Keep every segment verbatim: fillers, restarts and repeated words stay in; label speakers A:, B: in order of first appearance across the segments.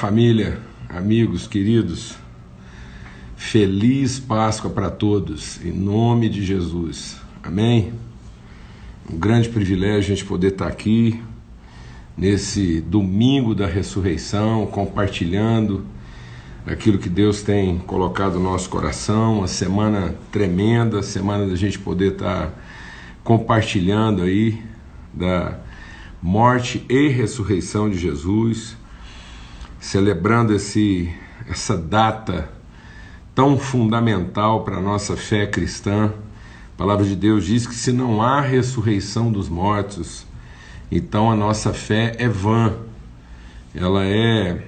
A: Família, amigos, queridos, feliz Páscoa para todos, em nome de Jesus, amém? Um grande privilégio a gente poder estar aqui, nesse domingo da ressurreição, compartilhando aquilo que Deus tem colocado no nosso coração, uma semana tremenda, semana da gente poder estar compartilhando aí da morte e ressurreição de Jesus, celebrando esse, essa data tão fundamental para a nossa fé cristã. A palavra de Deus diz que se não há ressurreição dos mortos, então a nossa fé é vã, ela é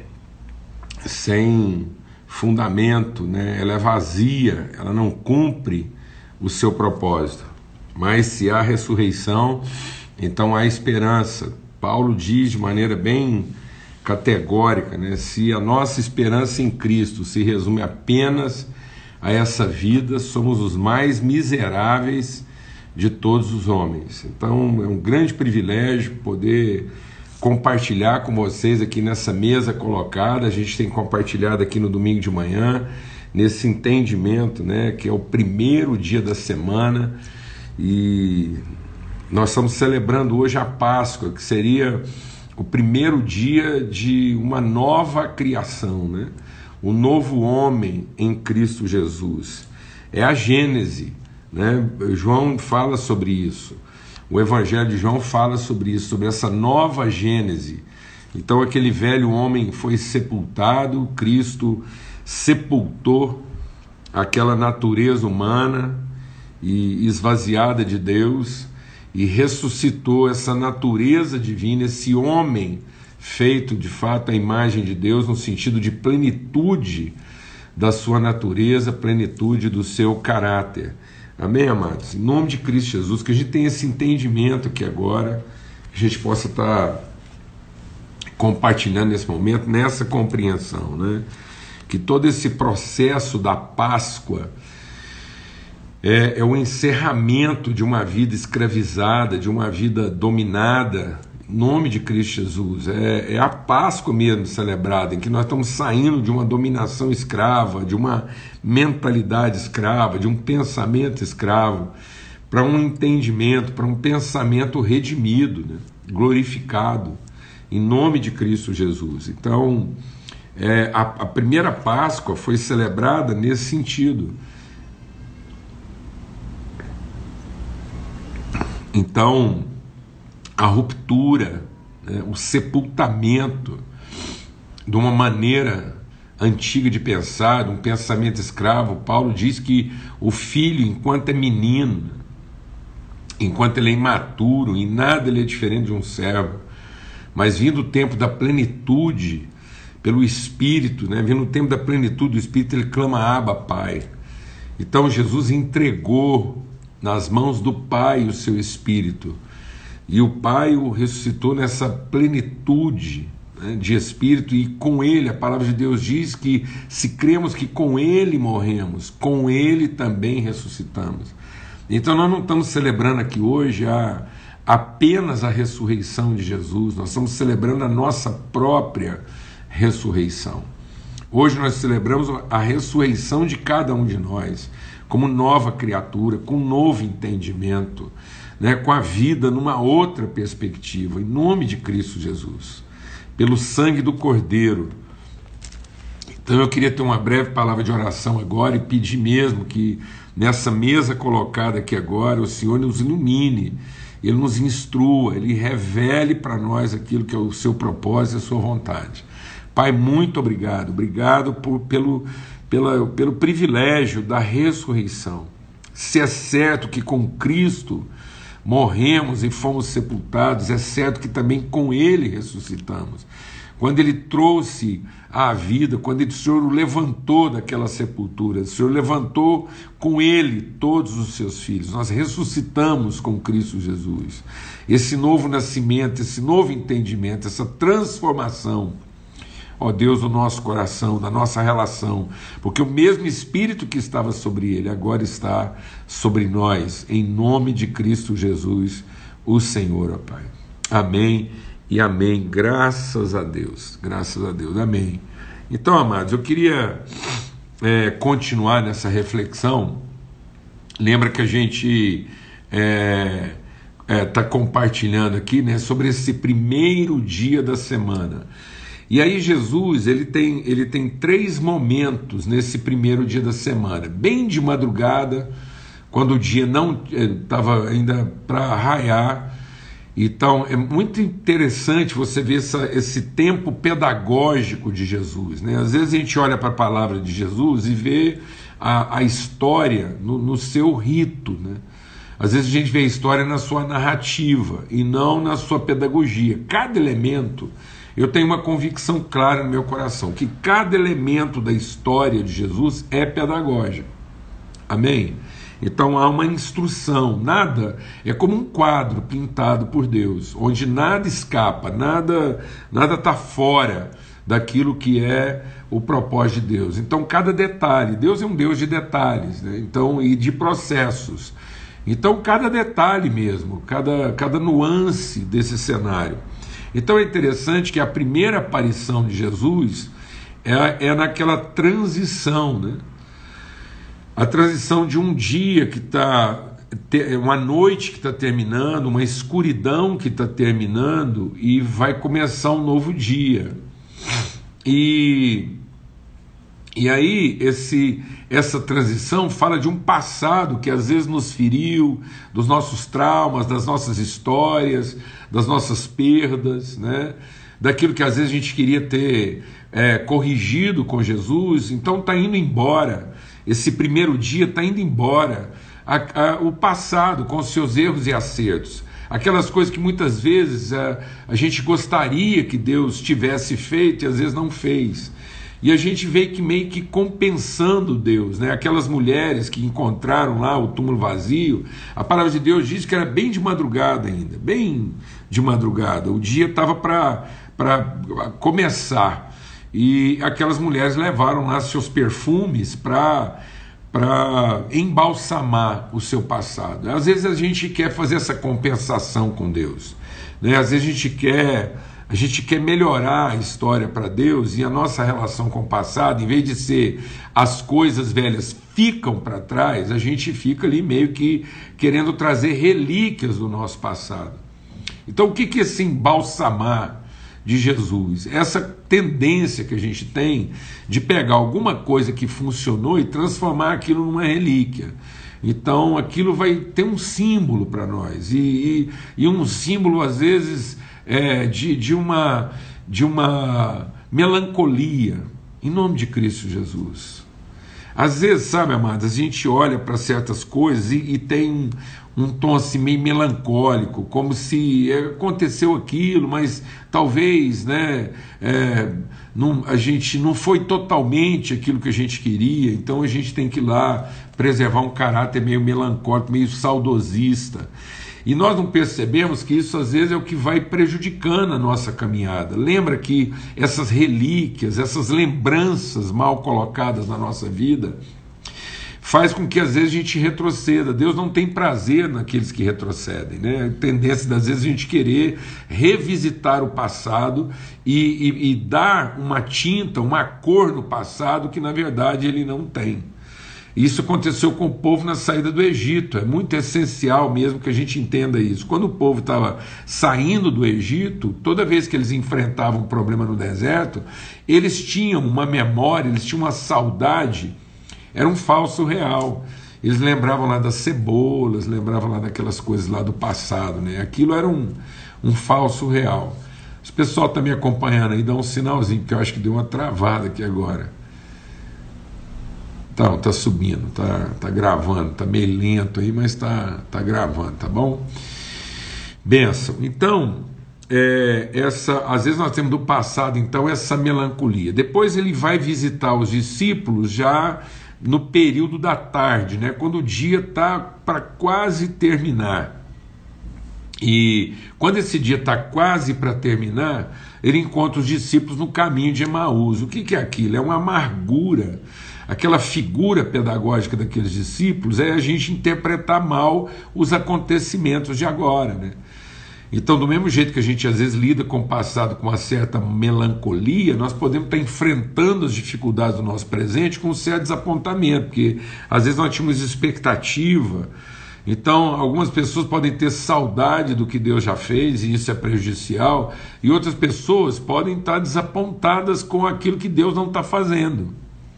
A: sem fundamento, né? Ela é vazia, ela não cumpre o seu propósito. Mas se há ressurreição, então há esperança. Paulo diz de maneira bem categórica, né? Se a nossa esperança em Cristo se resume apenas a essa vida, somos os mais miseráveis de todos os homens. Então é um grande privilégio poder compartilhar com vocês aqui nessa mesa colocada. A gente tem compartilhado aqui no domingo de manhã, nesse entendimento, né, que é o primeiro dia da semana, e nós estamos celebrando hoje a Páscoa, que seria o primeiro dia de uma nova criação, né? O novo homem em Cristo Jesus. É a Gênese, né? João fala sobre isso. O Evangelho de João fala sobre isso, sobre essa nova Gênese. Então aquele velho homem foi sepultado, Cristo sepultou aquela natureza humana e esvaziada de Deus, e ressuscitou essa natureza divina, esse homem feito de fato à imagem de Deus, no sentido de plenitude da sua natureza, plenitude do seu caráter. Amém, amados? Em nome de Cristo Jesus, que a gente tenha esse entendimento aqui agora, que a gente possa estar compartilhando nesse momento, nessa compreensão, né? Que todo esse processo da Páscoa É, é o encerramento de uma vida escravizada, de uma vida dominada, em nome de Cristo Jesus. É, é a Páscoa mesmo celebrada, em que nós estamos saindo de uma dominação escrava, de uma mentalidade escrava, de um pensamento escravo, para um entendimento, para um pensamento redimido, né? Glorificado, em nome de Cristo Jesus. Então, é, a, a primeira Páscoa foi celebrada nesse sentido. Então, a ruptura, né, o sepultamento de uma maneira antiga de pensar, de um pensamento escravo. Paulo diz que o filho, enquanto é menino, enquanto ele é imaturo, em nada ele é diferente de um servo, mas vindo o tempo da plenitude, pelo Espírito, né, vindo o tempo da plenitude do Espírito, ele clama: Abba, Pai. Então Jesus entregou nas mãos do Pai o seu Espírito, e o Pai o ressuscitou nessa plenitude, né, de Espírito, e com Ele, a palavra de Deus diz que se cremos que com Ele morremos, com Ele também ressuscitamos. Então nós não estamos celebrando aqui hoje a, apenas a ressurreição de Jesus, nós estamos celebrando a nossa própria ressurreição. Hoje nós celebramos a ressurreição de cada um de nós, como nova criatura, com um novo entendimento, né, com a vida numa outra perspectiva, em nome de Cristo Jesus, pelo sangue do Cordeiro. Então eu queria ter uma breve palavra de oração agora e pedir mesmo que nessa mesa colocada aqui agora o Senhor nos ilumine, Ele nos instrua, Ele revele para nós aquilo que é o seu propósito e a sua vontade. Pai, muito obrigado, obrigado por, pelo... Pela, pelo privilégio da ressurreição. Se é certo que com Cristo morremos e fomos sepultados, é certo que também com Ele ressuscitamos. Quando Ele trouxe à vida, quando o Senhor o levantou daquela sepultura, o Senhor levantou com Ele todos os seus filhos. Nós ressuscitamos com Cristo Jesus. Esse novo nascimento, esse novo entendimento, essa transformação, ó Deus, do nosso coração, da nossa relação, porque o mesmo Espírito que estava sobre ele agora está sobre nós, em nome de Cristo Jesus, o Senhor, ó Pai. Amém e amém. Graças a Deus, graças a Deus, amém. Então, amados, eu queria é, continuar nessa reflexão. Lembra que a gente é, é, tá compartilhando aqui, né, sobre esse primeiro dia da semana. E aí Jesus, ele tem, ele tem três momentos nesse primeiro dia da semana. Bem de madrugada, quando o dia não estava ainda para raiar. Então é muito interessante você ver essa, esse tempo pedagógico de Jesus, né? Às vezes a gente olha para a palavra de Jesus e vê a, a história no, no seu rito, né? Às vezes a gente vê a história na sua narrativa e não na sua pedagogia. Cada elemento, eu tenho uma convicção clara no meu coração, que cada elemento da história de Jesus é pedagógico. Amém? Então há uma instrução, nada é como um quadro pintado por Deus, onde nada escapa, nada nada está fora daquilo que é o propósito de Deus. Então cada detalhe, Deus é um Deus de detalhes, né? Então, e de processos. Então cada detalhe mesmo, cada, cada nuance desse cenário. Então é interessante que a primeira aparição de Jesus é, é naquela transição, né? A transição de um dia que está, uma noite que está terminando, uma escuridão que está terminando e vai começar um novo dia. E, e aí esse, essa transição fala de um passado que às vezes nos feriu, dos nossos traumas, das nossas histórias, das nossas perdas, né? Daquilo que às vezes a gente queria ter é, corrigido com Jesus, então está indo embora. Esse primeiro dia está indo embora, a, a, o passado com os seus erros e acertos, aquelas coisas que muitas vezes a, a gente gostaria que Deus tivesse feito e às vezes não fez, e a gente veio que meio que compensando Deus, né? Aquelas mulheres que encontraram lá o túmulo vazio, a palavra de Deus diz que era bem de madrugada ainda, bem de madrugada, o dia estava para começar. E aquelas mulheres levaram lá seus perfumes para para embalsamar o seu passado. Às vezes a gente quer fazer essa compensação com Deus, né? Às vezes a gente quer, a gente quer melhorar a história para Deus, e a nossa relação com o passado, em vez de ser as coisas velhas ficam para trás, a gente fica ali meio que querendo trazer relíquias do nosso passado. Então o que que é esse embalsamar de Jesus? Essa tendência que a gente tem de pegar alguma coisa que funcionou e transformar aquilo numa relíquia. Então aquilo vai ter um símbolo para nós, e, e, e um símbolo às vezes é, de, de, uma, de uma melancolia, em nome de Cristo Jesus. Às vezes, sabe, amados, a gente olha para certas coisas e, e tem um, um tom assim meio melancólico, como se aconteceu aquilo, mas talvez, né, é, não, a gente não foi totalmente aquilo que a gente queria, então a gente tem que ir lá preservar um caráter meio melancólico, meio saudosista. E nós não percebemos que isso às vezes é o que vai prejudicando a nossa caminhada. Lembra que essas relíquias, essas lembranças mal colocadas na nossa vida, faz com que às vezes a gente retroceda. Deus não tem prazer naqueles que retrocedem, né? A tendência das vezes a gente querer revisitar o passado e, e, e dar uma tinta, uma cor no passado que na verdade ele não tem. Isso aconteceu com o povo na saída do Egito. É muito essencial mesmo que a gente entenda isso. Quando o povo estava saindo do Egito, toda vez que eles enfrentavam um problema no deserto, eles tinham uma memória, eles tinham uma saudade, era um falso real. Eles lembravam lá das cebolas, lembravam lá daquelas coisas lá do passado, né? Aquilo era um, um falso real. Se o pessoal está me acompanhando aí, dá um sinalzinho, porque eu acho que deu uma travada aqui agora. Então, tá subindo, tá, tá gravando, tá meio lento aí, mas tá, tá gravando, tá bom? Bênção. Então, é, essa, às vezes nós temos do passado, então, essa melancolia. Depois ele vai visitar os discípulos já no período da tarde, né, quando o dia está para quase terminar. E quando esse dia está quase para terminar, ele encontra os discípulos no caminho de Emaús. O que, que é aquilo? É uma amargura. Aquela figura pedagógica daqueles discípulos é a gente interpretar mal os acontecimentos de agora, né? Então, do mesmo jeito que a gente às vezes lida com o passado com uma certa melancolia, nós podemos estar enfrentando as dificuldades do nosso presente com um certo desapontamento, porque às vezes nós tínhamos expectativa. Então, algumas pessoas podem ter saudade do que Deus já fez, e isso é prejudicial, e outras pessoas podem estar desapontadas com aquilo que Deus não está fazendo.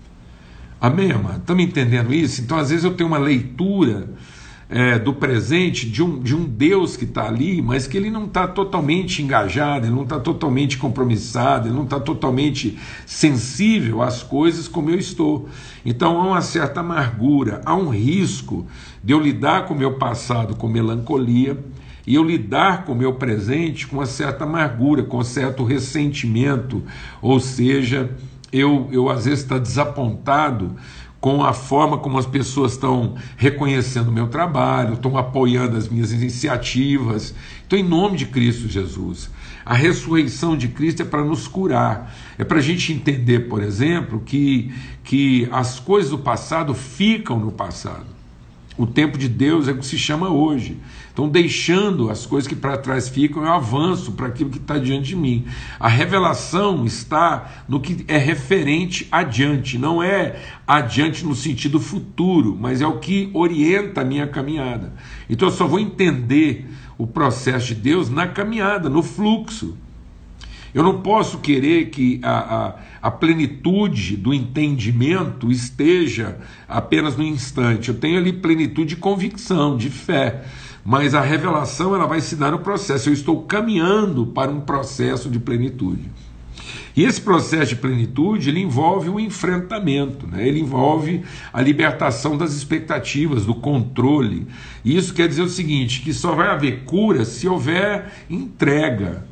A: Amém, amado? Estão me entendendo isso? Então, às vezes eu tenho uma leitura é, do presente de um, de um Deus que está ali, mas que ele não está totalmente engajado, ele não está totalmente compromissado, ele não está totalmente sensível às coisas como eu estou. Então há uma certa amargura, há um risco de eu lidar com o meu passado com melancolia e eu lidar com o meu presente com uma certa amargura, com um certo ressentimento, ou seja, eu, eu às vezes estou desapontado com a forma como as pessoas estão reconhecendo o meu trabalho, estão apoiando as minhas iniciativas. Então, em nome de Cristo Jesus, a ressurreição de Cristo é para nos curar, é para a gente entender, por exemplo, que, que as coisas do passado ficam no passado. O tempo de Deus é o que se chama hoje. Então, deixando as coisas que para trás ficam, eu avanço para aquilo que está diante de mim. A revelação está no que é referente adiante, não é adiante no sentido futuro, mas é o que orienta a minha caminhada. Então, eu só vou entender o processo de Deus na caminhada, no fluxo. Eu não posso querer que a, a, a plenitude do entendimento esteja apenas no instante. Eu tenho ali plenitude de convicção, de fé, mas a revelação ela vai se dar no processo. Eu estou caminhando para um processo de plenitude. E esse processo de plenitude ele envolve um enfrentamento, né? Ele envolve a libertação das expectativas, do controle. E isso quer dizer o seguinte, que só vai haver cura se houver entrega.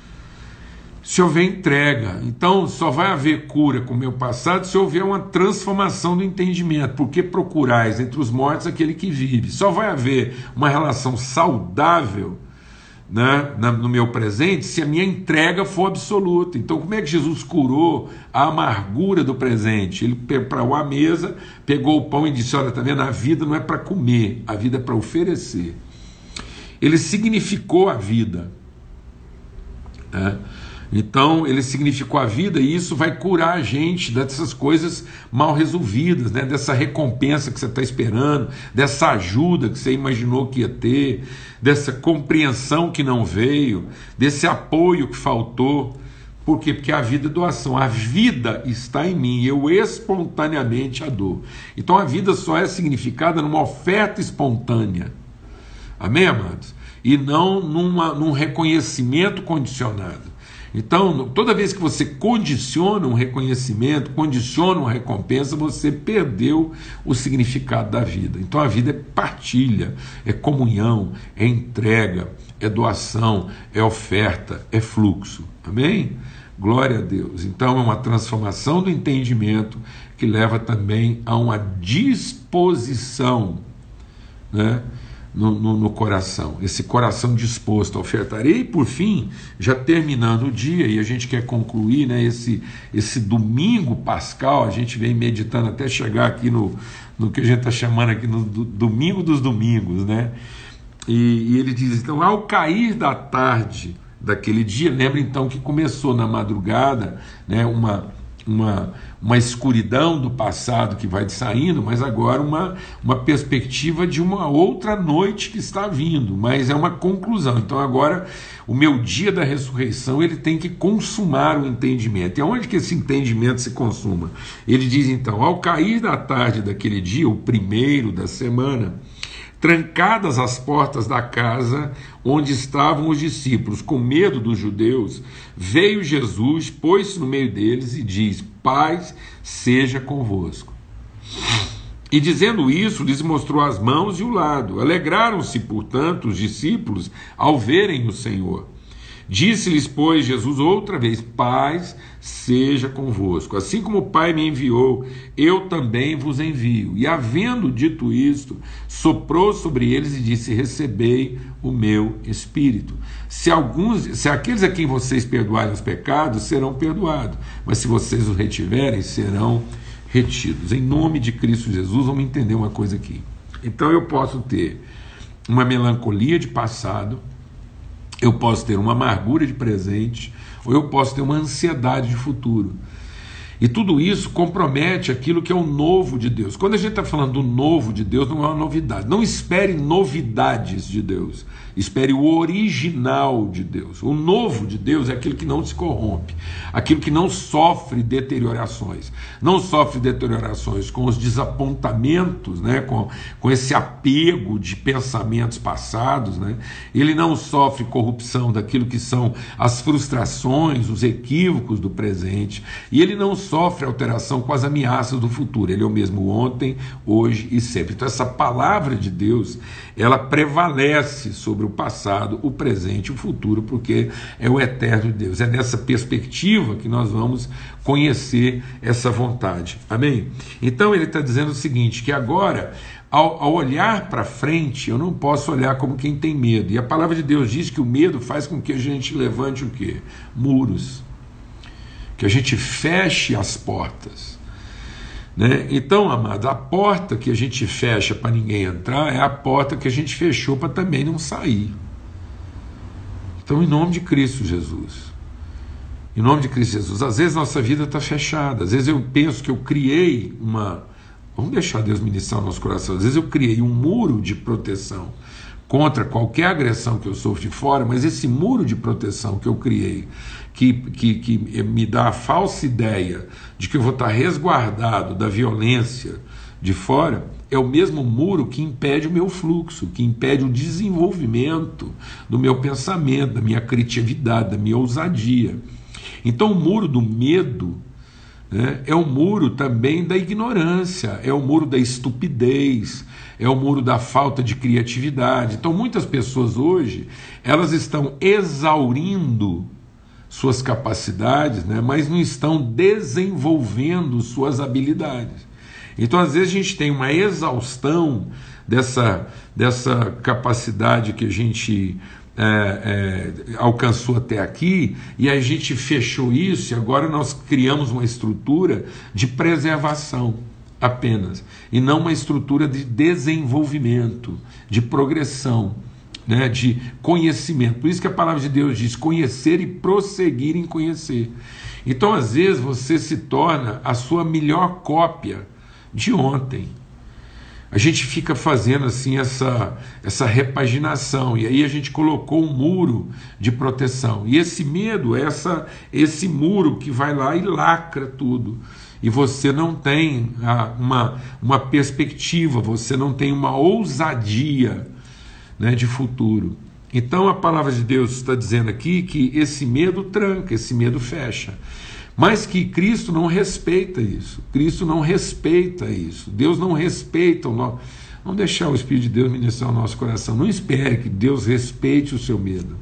A: Se houver entrega. Então só vai haver cura com o meu passado se houver uma transformação do entendimento, porque procurais entre os mortos aquele que vive. Só vai haver uma relação saudável, né, no meu presente se a minha entrega for absoluta. Então como é que Jesus curou a amargura do presente? Ele preparou a mesa, pegou o pão e disse, olha, tá vendo? A vida não é para comer, a vida é para oferecer. Ele significou a vida, né? Então ele significou a vida e isso vai curar a gente dessas coisas mal resolvidas, né? Dessa recompensa que você está esperando, dessa ajuda que você imaginou que ia ter, dessa compreensão que não veio, desse apoio que faltou. Por quê? Porque a vida é doação, a vida está em mim, eu espontaneamente a dou. Então a vida só é significada numa oferta espontânea, amém, amados? E não numa, num reconhecimento condicionado. Então, toda vez que você condiciona um reconhecimento, condiciona uma recompensa, você perdeu o significado da vida. Então a vida é partilha, é comunhão, é entrega, é doação, é oferta, é fluxo. Amém? Glória a Deus. Então é uma transformação do entendimento que leva também a uma disposição, né? No, no, no coração, esse coração disposto a ofertar. E por fim, já terminando o dia, e a gente quer concluir, né, esse, esse domingo pascal, a gente vem meditando até chegar aqui no, no que a gente está chamando aqui no do, domingo dos domingos, né? E, e ele diz, então, ao cair da tarde daquele dia, lembra então que começou na madrugada, né, uma, uma, uma escuridão do passado que vai saindo, mas agora uma, uma perspectiva de uma outra noite que está vindo, mas é uma conclusão. Então agora o meu dia da ressurreição ele tem que consumar o entendimento. E aonde que esse entendimento se consuma? Ele diz então, ao cair da tarde daquele dia, o primeiro da semana, trancadas as portas da casa onde estavam os discípulos, com medo dos judeus, veio Jesus, pôs-se no meio deles e diz, paz seja convosco. E dizendo isso, lhes mostrou as mãos e o lado. Alegraram-se, portanto, os discípulos ao verem o Senhor. Disse-lhes, pois, Jesus outra vez, paz seja convosco. Assim como o Pai me enviou, eu também vos envio. E havendo dito isto, soprou sobre eles e disse, recebei o meu Espírito. Se, alguns, se aqueles a quem vocês perdoarem os pecados, serão perdoados. Mas se vocês os retiverem, serão retidos. Em nome de Cristo Jesus, vamos entender uma coisa aqui. Então eu posso ter uma melancolia de passado, eu posso ter uma amargura de presente, ou eu posso ter uma ansiedade de futuro. E tudo isso compromete aquilo que é o novo de Deus. Quando a gente está falando do novo de Deus, não é uma novidade. Não espere novidades de Deus. Espere o original de Deus. O novo de Deus é aquilo que não se corrompe, aquilo que não sofre deteriorações. Não sofre deteriorações com os desapontamentos, né? com, com esse apego de pensamentos passados. Né? Ele não sofre corrupção daquilo que são as frustrações, os equívocos do presente. E ele não sofre alteração com as ameaças do futuro. Ele é o mesmo ontem, hoje e sempre. Então essa palavra de Deus, ela prevalece sobre o passado, o presente e o futuro, porque é o eterno de Deus. É nessa perspectiva que nós vamos conhecer essa vontade. Amém? Então ele está dizendo o seguinte, que agora, ao, ao olhar para frente, eu não posso olhar como quem tem medo. E a palavra de Deus diz que o medo faz com que a gente levante o quê? Muros. Que a gente feche as portas. Né? Então, amado, a porta que a gente fecha para ninguém entrar é a porta que a gente fechou para também não sair. Então, em nome de Cristo Jesus, em nome de Cristo Jesus, às vezes nossa vida está fechada, às vezes eu penso que eu criei uma, vamos deixar Deus ministrar o nosso coração, às vezes eu criei um muro de proteção contra qualquer agressão que eu sofro de fora, mas esse muro de proteção que eu criei, que, que, que me dá a falsa ideia de que eu vou estar resguardado da violência de fora, é o mesmo muro que impede o meu fluxo, que impede o desenvolvimento do meu pensamento, da minha criatividade, da minha ousadia. Então o muro do medo, né, é o muro também da ignorância, é o muro da estupidez, é o muro da falta de criatividade. Então muitas pessoas hoje, elas estão exaurindo suas capacidades, né, mas não estão desenvolvendo suas habilidades. Então às vezes a gente tem uma exaustão dessa, dessa capacidade que a gente é, é, alcançou até aqui, e a gente fechou isso, e agora nós criamos uma estrutura de preservação apenas, e não uma estrutura de desenvolvimento, de progressão, né, de conhecimento. Por isso que a palavra de Deus diz conhecer e prosseguir em conhecer. Então às vezes você se torna a sua melhor cópia de ontem. A gente fica fazendo assim essa, essa repaginação, e aí a gente colocou um muro de proteção, e esse medo, essa, esse muro que vai lá e lacra tudo, e você não tem a, uma, uma perspectiva, você não tem uma ousadia, né, de futuro. Então a palavra de Deus está dizendo aqui que esse medo tranca, esse medo fecha, mas que Cristo não respeita isso. Cristo não respeita isso. Deus não respeita o nosso... Vamos deixar o Espírito de Deus ministrar o nosso coração. Não espere que Deus respeite o seu medo.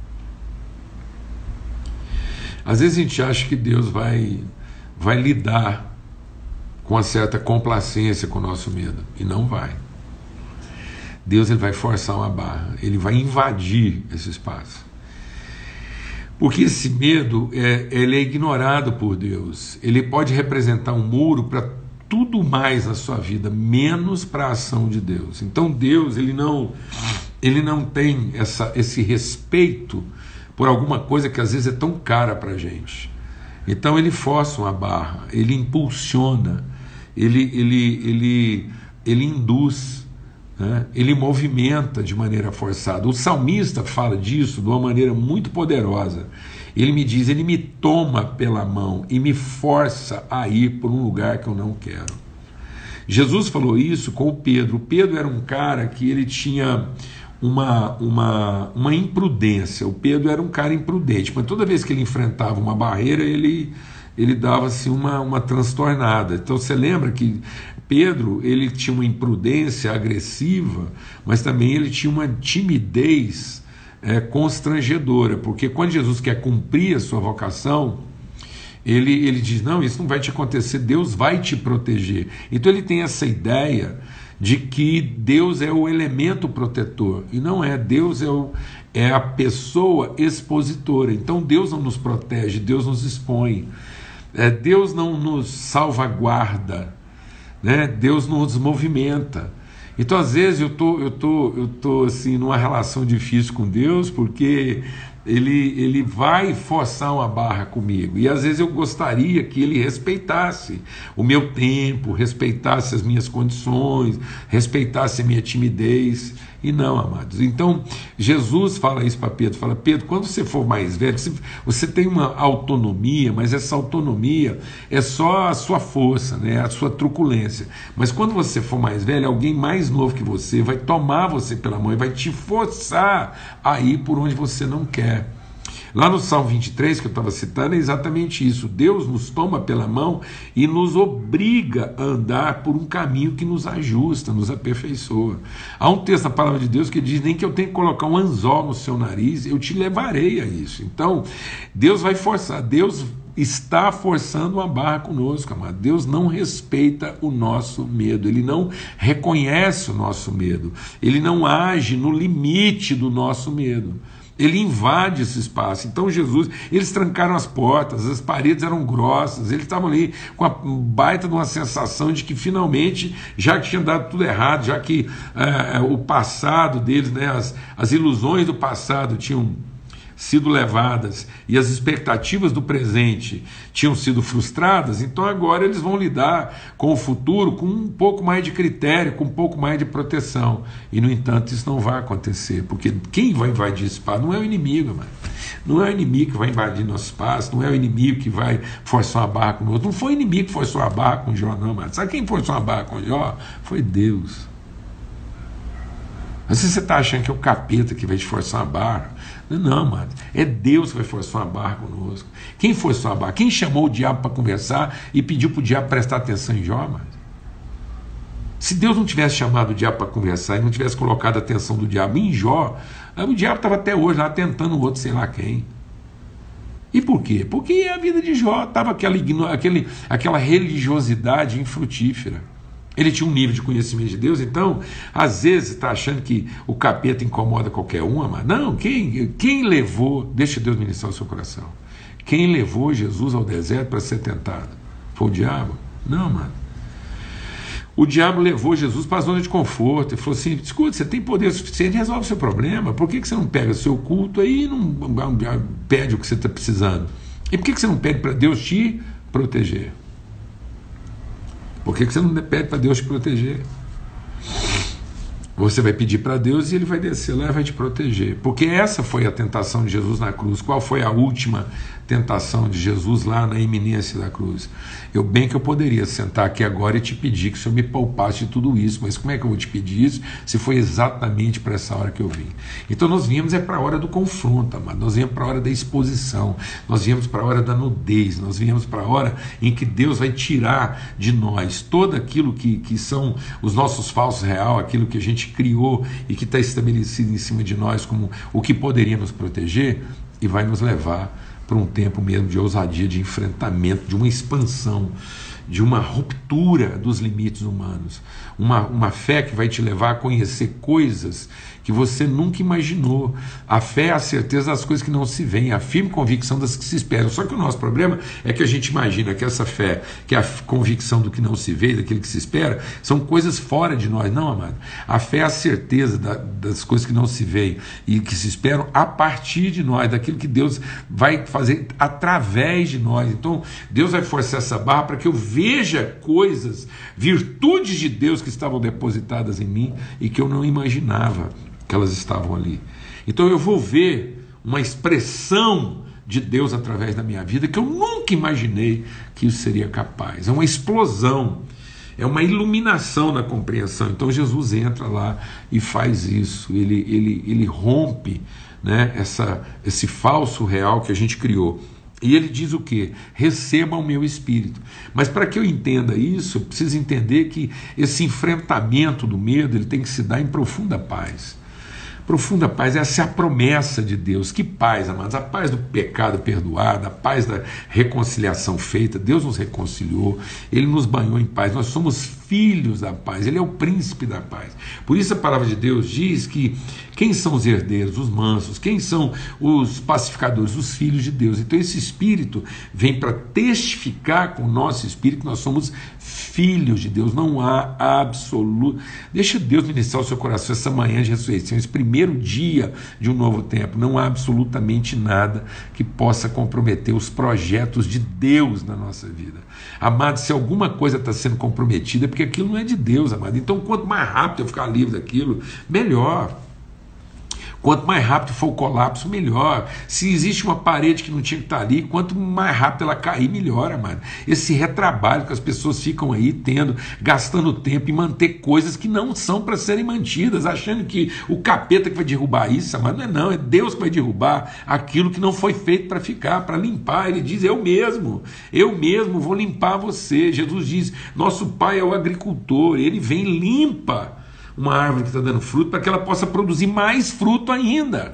A: Às vezes a gente acha que Deus vai, vai lidar com uma certa complacência com o nosso medo, e não vai. Deus ele vai forçar uma barra, ele vai invadir esse espaço. Porque esse medo é, ele é ignorado por Deus. Ele pode representar um muro para tudo mais na sua vida, menos para a ação de Deus. Então Deus ele não, ele não tem essa, esse respeito por alguma coisa que às vezes é tão cara para a gente. Então ele força uma barra, ele impulsiona, ele, ele, ele, ele induz, né? Ele movimenta de maneira forçada. O salmista fala disso de uma maneira muito poderosa. Ele me diz, ele me toma pela mão e me força a ir por um lugar que eu não quero. Jesus falou isso com o Pedro. O Pedro era um cara que ele tinha uma, uma, uma imprudência. O Pedro era um cara imprudente, mas toda vez que ele enfrentava uma barreira, ele, ele dava assim, uma, uma transtornada. Então você lembra que Pedro ele tinha uma imprudência agressiva, mas também ele tinha uma timidez é, constrangedora, porque quando Jesus quer cumprir a sua vocação, ele, ele diz, não, isso não vai te acontecer, Deus vai te proteger. Então ele tem essa ideia de que Deus é o elemento protetor, e não é, Deus é, o, é a pessoa expositora. Então Deus não nos protege, Deus nos expõe, é, Deus não nos salvaguarda, né? Deus nos movimenta. Então, às vezes, eu tô, eu tô, eu tô assim, numa relação difícil com Deus, porque ele, ele vai forçar uma barra comigo. E às vezes eu gostaria que ele respeitasse o meu tempo, respeitasse as minhas condições, respeitasse a minha timidez. E não, amados. Então, Jesus fala isso para Pedro, fala: Pedro, quando você for mais velho, você tem uma autonomia, mas essa autonomia é só a sua força, né? A sua truculência. Mas quando você for mais velho, alguém mais novo que você vai tomar você pela mão e vai te forçar a ir por onde você não quer. Lá no Salmo vinte e três, que eu estava citando, é exatamente isso. Deus nos toma pela mão e nos obriga a andar por um caminho que nos ajusta, nos aperfeiçoa. Há um texto da palavra de Deus que diz: nem que eu tenha que colocar um anzol no seu nariz, eu te levarei a isso. Então, Deus vai forçar, Deus está forçando uma barra conosco, amado. Deus não respeita o nosso medo, Ele não reconhece o nosso medo, Ele não age no limite do nosso medo. Ele invade esse espaço. Então Jesus, eles trancaram as portas, as paredes eram grossas, eles estavam ali com a baita de uma sensação de que finalmente, já que tinha dado tudo errado, já que é, o passado deles, né, as, as ilusões do passado tinham sido levadas e as expectativas do presente tinham sido frustradas, então agora eles vão lidar com o futuro com um pouco mais de critério, com um pouco mais de proteção. E, no entanto, isso não vai acontecer, porque quem vai invadir esse espaço não é o inimigo, mano. Não é o inimigo que vai invadir nosso espaço, não é o inimigo que vai forçar uma barra com o outro. Não foi o inimigo que forçou uma barra com Jó, não, mano. Sabe quem forçou uma barra com Jó? Foi Deus. Mas se você está achando que é o capeta que vai te forçar uma barra, não, mano, é Deus que vai forçar uma barra conosco. Quem forçou a barra? Quem chamou o diabo para conversar e pediu para o diabo prestar atenção em Jó, mano? Se Deus não tivesse chamado o diabo para conversar e não tivesse colocado a atenção do diabo em Jó, o diabo estava até hoje lá tentando o outro sei lá quem. E por quê? Porque a vida de Jó estava aquela, aquele, aquela religiosidade infrutífera. Ele tinha um nível de conhecimento de Deus, então, às vezes, está achando que o capeta incomoda qualquer um, mas não, quem, quem levou, deixa Deus ministrar o seu coração, quem levou Jesus ao deserto para ser tentado? Foi o diabo? Não, mano. O diabo levou Jesus para a zona de conforto e falou assim: escuta, você tem poder suficiente, resolve o seu problema, por que, que você não pega o seu culto aí e não pede o que você está precisando? E por que, que você não pede para Deus te proteger? Por que, que você não pede para Deus te proteger? Você vai pedir para Deus e Ele vai descer lá e vai te proteger. Porque essa foi a tentação de Jesus na cruz. Qual foi a última tentação de Jesus lá na iminência da cruz? Eu bem que eu poderia sentar aqui agora e te pedir que o Senhor me poupasse de tudo isso, mas como é que eu vou te pedir isso se foi exatamente para essa hora que eu vim? Então nós viemos é para a hora do confronto, amado. Nós viemos para a hora da exposição, nós viemos para a hora da nudez, nós viemos para a hora em que Deus vai tirar de nós todo aquilo que, que são os nossos falsos real, aquilo que a gente criou e que está estabelecido em cima de nós como o que poderia nos proteger, e vai nos levar para um tempo mesmo de ousadia, de enfrentamento, de uma expansão, de uma ruptura dos limites humanos, uma, uma fé que vai te levar a conhecer coisas que você nunca imaginou. A fé é a certeza das coisas que não se veem, a firme convicção das que se esperam. Só que o nosso problema é que a gente imagina que essa fé, que é a convicção do que não se vê, daquilo que se espera, são coisas fora de nós. Não, amado. A fé é a certeza da, das coisas que não se veem e que se esperam a partir de nós, daquilo que Deus vai fazer através de nós. Então, Deus vai forçar essa barra para que eu veja coisas, virtudes de Deus que estavam depositadas em mim e que eu não imaginava que elas estavam ali. Então eu vou ver uma expressão de Deus através da minha vida que eu nunca imaginei que isso seria capaz. É uma explosão, é uma iluminação na compreensão. Então Jesus entra lá e faz isso, ele, ele, ele rompe, né, essa, esse falso real que a gente criou. E ele diz o quê? Receba o meu espírito. Mas para que eu entenda isso, eu preciso entender que esse enfrentamento do medo ele tem que se dar em profunda paz. Profunda paz, essa é a promessa de Deus. Que paz, amados? A paz do pecado perdoado, a paz da reconciliação feita. Deus nos reconciliou, Ele nos banhou em paz. Nós somos filhos da paz, ele é o príncipe da paz. Por isso a palavra de Deus diz que quem são os herdeiros, os mansos, quem são os pacificadores, os filhos de Deus. Então esse Espírito vem para testificar com o nosso Espírito que nós somos filhos de Deus. Não há absoluto. Deixa Deus ministrar o seu coração essa manhã de ressurreição, esse primeiro dia de um novo tempo. Não há absolutamente nada que possa comprometer os projetos de Deus na nossa vida. Amado, se alguma coisa está sendo comprometida é porque aquilo não é de Deus, amado. Então quanto mais rápido eu ficar livre daquilo, melhor. Quanto mais rápido for o colapso, melhor. Se existe uma parede que não tinha que estar ali, quanto mais rápido ela cair, melhor, amado. Esse retrabalho que as pessoas ficam aí tendo, gastando tempo em manter coisas que não são para serem mantidas, achando que o capeta que vai derrubar isso, amado, não é não, é Deus que vai derrubar aquilo que não foi feito para ficar, para limpar. Ele diz, eu mesmo, eu mesmo vou limpar você. Jesus diz, nosso Pai é o agricultor, ele vem e limpa uma árvore que está dando fruto para que ela possa produzir mais fruto ainda.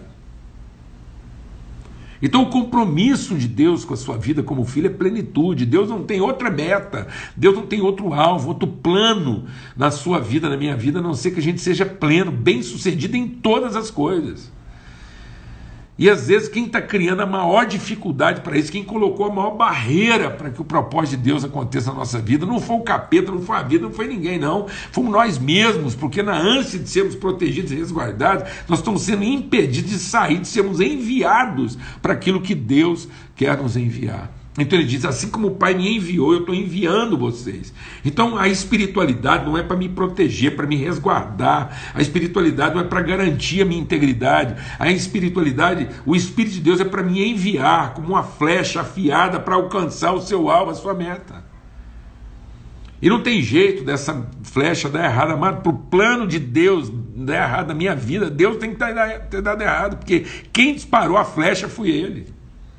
A: Então o compromisso de Deus com a sua vida como filho é plenitude. Deus não tem outra meta, Deus não tem outro alvo, outro plano na sua vida, na minha vida, a não ser que a gente seja pleno, bem sucedido em todas as coisas. E às vezes quem está criando a maior dificuldade para isso, quem colocou a maior barreira para que o propósito de Deus aconteça na nossa vida, não foi o capeta, não foi a vida, não foi ninguém não, fomos nós mesmos, porque na ânsia de sermos protegidos e resguardados, nós estamos sendo impedidos de sair, de sermos enviados para aquilo que Deus quer nos enviar. Então ele diz, assim como o Pai me enviou, eu estou enviando vocês. Então a espiritualidade não é para me proteger, para me resguardar. A espiritualidade não é para garantir a minha integridade. A espiritualidade, o Espírito de Deus é para me enviar como uma flecha afiada para alcançar o seu alvo, a sua meta. E não tem jeito dessa flecha dar errado, amado. Para o plano de Deus dar errado na minha vida, Deus tem que ter dado errado, porque quem disparou a flecha foi Ele.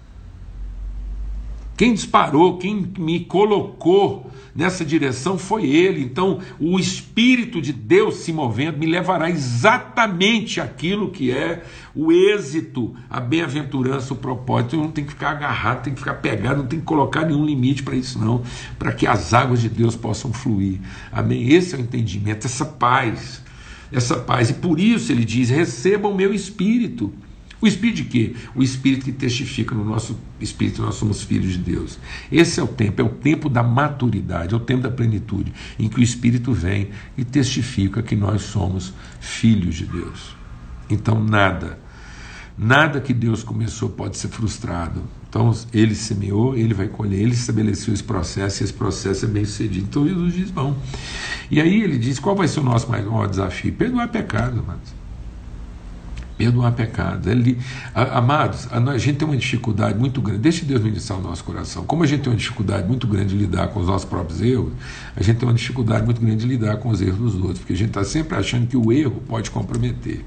A: Quem disparou, quem me colocou nessa direção foi Ele. Então, o Espírito de Deus se movendo me levará exatamente aquilo que é o êxito, a bem-aventurança, o propósito. Eu não tenho que ficar agarrado, tenho que ficar pegado, não tenho que colocar nenhum limite para isso não, para que as águas de Deus possam fluir. Amém? Esse é o entendimento, essa paz, essa paz. E por isso ele diz, recebam o meu Espírito. O Espírito de quê? O Espírito que testifica no nosso Espírito, nós somos filhos de Deus. Esse é o tempo, é o tempo da maturidade, é o tempo da plenitude, em que o Espírito vem e testifica que nós somos filhos de Deus. Então nada, nada que Deus começou pode ser frustrado. Então Ele semeou, Ele vai colher, Ele estabeleceu esse processo, e esse processo é bem sucedido. Então Jesus diz, bom. E aí ele diz, qual vai ser o nosso maior desafio? Perdoar pecado, amados. Perdoar pecados. Ele, amados, a gente tem uma dificuldade muito grande. Deixe Deus ministrar o nosso coração. Como a gente tem uma dificuldade muito grande de lidar com os nossos próprios erros, a gente tem uma dificuldade muito grande de lidar com os erros dos outros, porque a gente está sempre achando que o erro pode comprometer.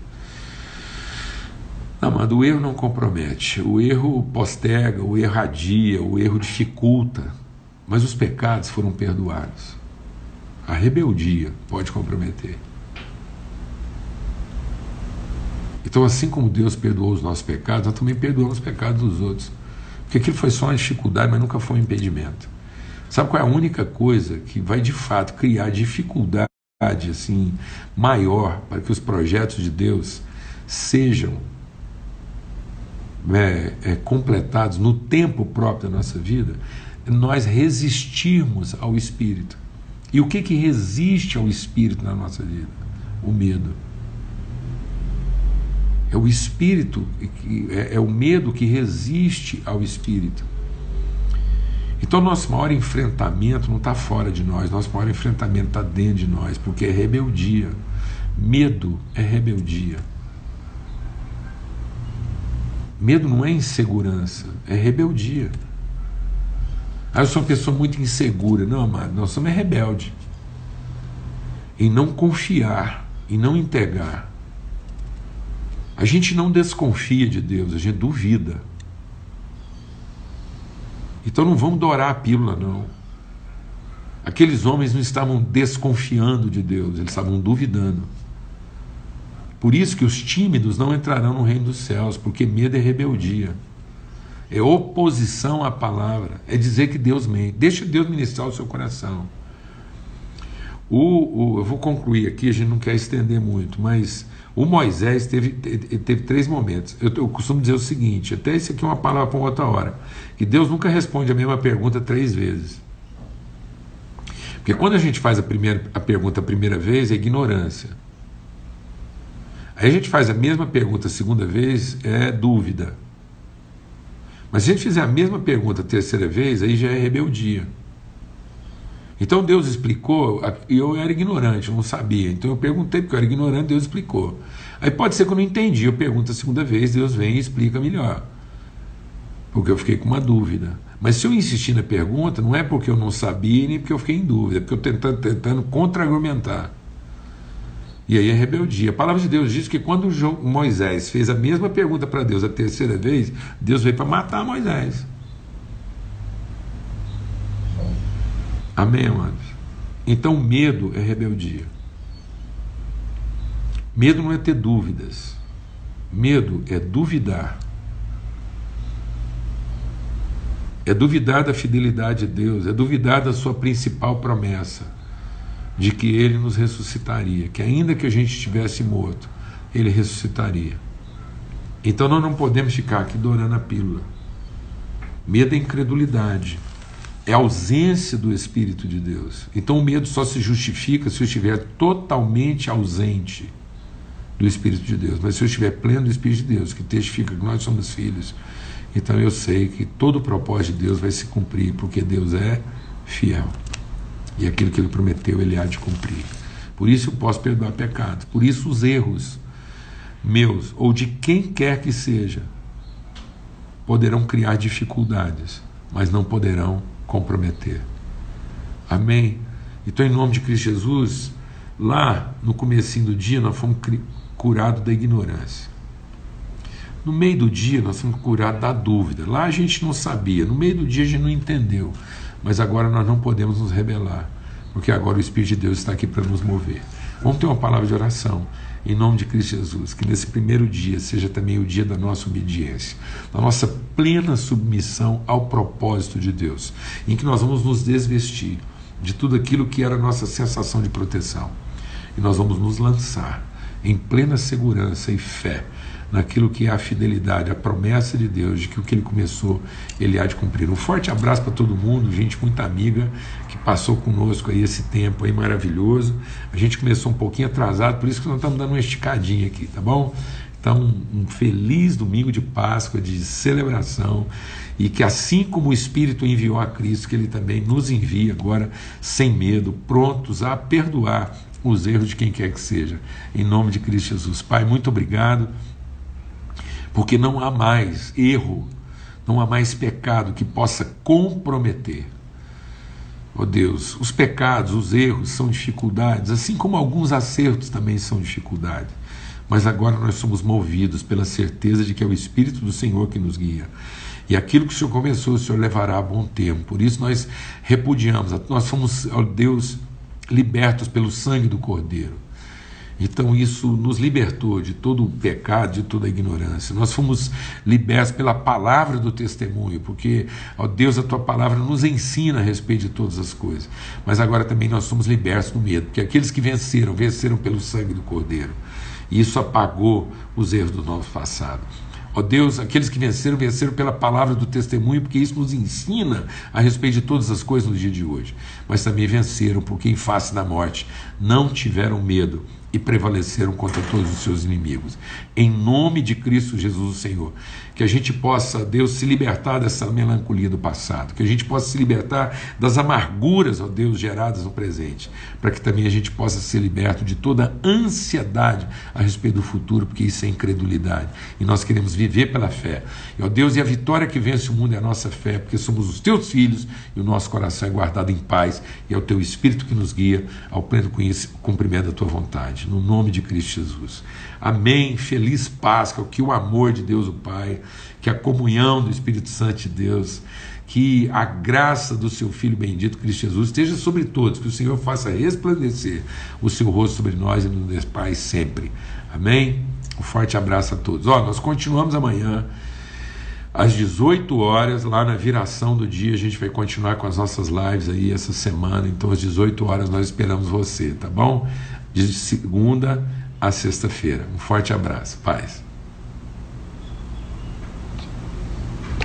A: Não, amado, o erro não compromete. O erro posterga, o erro adia, o erro dificulta. Mas os pecados foram perdoados. A rebeldia pode comprometer. Então, assim como Deus perdoou os nossos pecados, nós também perdoamos os pecados dos outros. Porque aquilo foi só uma dificuldade, mas nunca foi um impedimento. Sabe qual é a única coisa que vai, de fato, criar dificuldade assim, maior para que os projetos de Deus sejam é, é, completados no tempo próprio da nossa vida? Nós resistirmos ao Espírito. E o que, que resiste ao Espírito na nossa vida? O medo. É o Espírito, é, é o medo que resiste ao Espírito. Então nosso maior enfrentamento não está fora de nós, nosso maior enfrentamento está dentro de nós, porque é rebeldia. Medo é rebeldia. Medo não é insegurança, é rebeldia. Ah, eu sou uma pessoa muito insegura. Não, amado, nós somos rebeldes. Em não confiar, em não entregar. A gente não desconfia de Deus, a gente duvida. Então não vamos dourar a pílula, não. Aqueles homens não estavam desconfiando de Deus, eles estavam duvidando. Por isso que os tímidos não entrarão no reino dos céus, porque medo é rebeldia. É oposição à palavra, é dizer que Deus mente. Deixa Deus ministrar o seu coração. O, o, eu vou concluir aqui, a gente não quer estender muito, mas o Moisés teve, teve, teve três momentos. Eu, eu costumo dizer o seguinte, até isso aqui é uma palavra para outra hora, que Deus nunca responde a mesma pergunta três vezes. Porque quando a gente faz a, primeira, a pergunta a primeira vez, é ignorância. Aí a gente faz a mesma pergunta a segunda vez, é dúvida. Mas se a gente fizer a mesma pergunta a terceira vez, aí já é rebeldia. Então Deus explicou, e eu era ignorante, eu não sabia. Então eu perguntei, porque eu era ignorante, Deus explicou. Aí pode ser que eu não entendi, eu pergunto a segunda vez, Deus vem e explica melhor. Porque eu fiquei com uma dúvida. Mas se eu insistir na pergunta, não é porque eu não sabia, nem porque eu fiquei em dúvida, é porque eu estou tentando, tentando contra-argumentar. E aí é rebeldia. A palavra de Deus diz que quando Moisés fez a mesma pergunta para Deus a terceira vez, Deus veio para matar Moisés. Amém, amados? Então medo é rebeldia. Medo não é ter dúvidas. Medo é duvidar. É duvidar da fidelidade de Deus, é duvidar da sua principal promessa, de que Ele nos ressuscitaria, que ainda que a gente estivesse morto, Ele ressuscitaria. Então nós não podemos ficar aqui dourando a pílula. Medo é incredulidade, é ausência do Espírito de Deus. Então o medo só se justifica se eu estiver totalmente ausente do Espírito de Deus. Mas se eu estiver pleno do Espírito de Deus, que testifica que nós somos filhos, então eu sei que todo o propósito de Deus vai se cumprir, porque Deus é fiel. E aquilo que Ele prometeu, Ele há de cumprir. Por isso eu posso perdoar pecados. Por isso os erros meus, ou de quem quer que seja, poderão criar dificuldades, mas não poderão comprometer. Amém? Então, em nome de Cristo Jesus, lá no comecinho do dia, nós fomos curados da ignorância. No meio do dia, nós fomos curados da dúvida. Lá a gente não sabia, no meio do dia a gente não entendeu. Mas agora nós não podemos nos rebelar, porque agora o Espírito de Deus está aqui para nos mover. Vamos ter uma palavra de oração, em nome de Cristo Jesus, que nesse primeiro dia seja também o dia da nossa obediência, da nossa plena submissão ao propósito de Deus, em que nós vamos nos desvestir de tudo aquilo que era a nossa sensação de proteção, e nós vamos nos lançar em plena segurança e fé naquilo que é a fidelidade, a promessa de Deus, de que o que Ele começou, Ele há de cumprir. Um forte abraço para todo mundo, gente muito amiga, que passou conosco aí esse tempo aí maravilhoso. A gente começou um pouquinho atrasado, por isso que nós estamos dando uma esticadinha aqui, tá bom? Então, um feliz domingo de Páscoa, de celebração, e que assim como o Espírito enviou a Cristo, que Ele também nos envie agora, sem medo, prontos a perdoar os erros de quem quer que seja, em nome de Cristo Jesus. Pai, muito obrigado, porque não há mais erro, não há mais pecado que possa comprometer. Ó Deus, os pecados, os erros são dificuldades, assim como alguns acertos também são dificuldades, mas agora nós somos movidos pela certeza de que é o Espírito do Senhor que nos guia, e aquilo que o Senhor começou, o Senhor levará a bom tempo. Por isso nós repudiamos, nós fomos, ó Deus, libertos pelo sangue do Cordeiro. Então isso nos libertou de todo o pecado, de toda a ignorância. Nós fomos libertos pela palavra do testemunho, porque, ó Deus, a Tua palavra nos ensina a respeito de todas as coisas. Mas agora também nós somos libertos do medo, porque aqueles que venceram, venceram pelo sangue do Cordeiro. E isso apagou os erros do nosso passado. Ó Deus, aqueles que venceram, venceram pela palavra do testemunho, porque isso nos ensina a respeito de todas as coisas no dia de hoje. Mas também venceram porque, em face da morte, não tiveram medo e prevaleceram contra todos os seus inimigos. Em nome de Cristo Jesus, o Senhor, que a gente possa, Deus, se libertar dessa melancolia do passado, que a gente possa se libertar das amarguras, ó Deus, geradas no presente, para que também a gente possa ser liberto de toda ansiedade a respeito do futuro, porque isso é incredulidade, e nós queremos viver pela fé. E, ó Deus, e a vitória que vence o mundo é a nossa fé, porque somos os Teus filhos, e o nosso coração é guardado em paz, e é o Teu Espírito que nos guia ao pleno cumprimento da Tua vontade. No nome de Cristo Jesus. Amém. Feliz Páscoa. Que o amor de Deus o Pai, que a comunhão do Espírito Santo de Deus, que a graça do seu Filho bendito Cristo Jesus esteja sobre todos, que o Senhor faça resplandecer o seu rosto sobre nós e nos dê paz sempre. Amém. Um forte abraço a todos. Ó, nós continuamos amanhã Às dezoito horas, lá na viração do dia, a gente vai continuar com as nossas lives aí essa semana. Então, às dezoito horas, nós esperamos você, tá bom? De segunda a sexta-feira. Um forte abraço. Paz.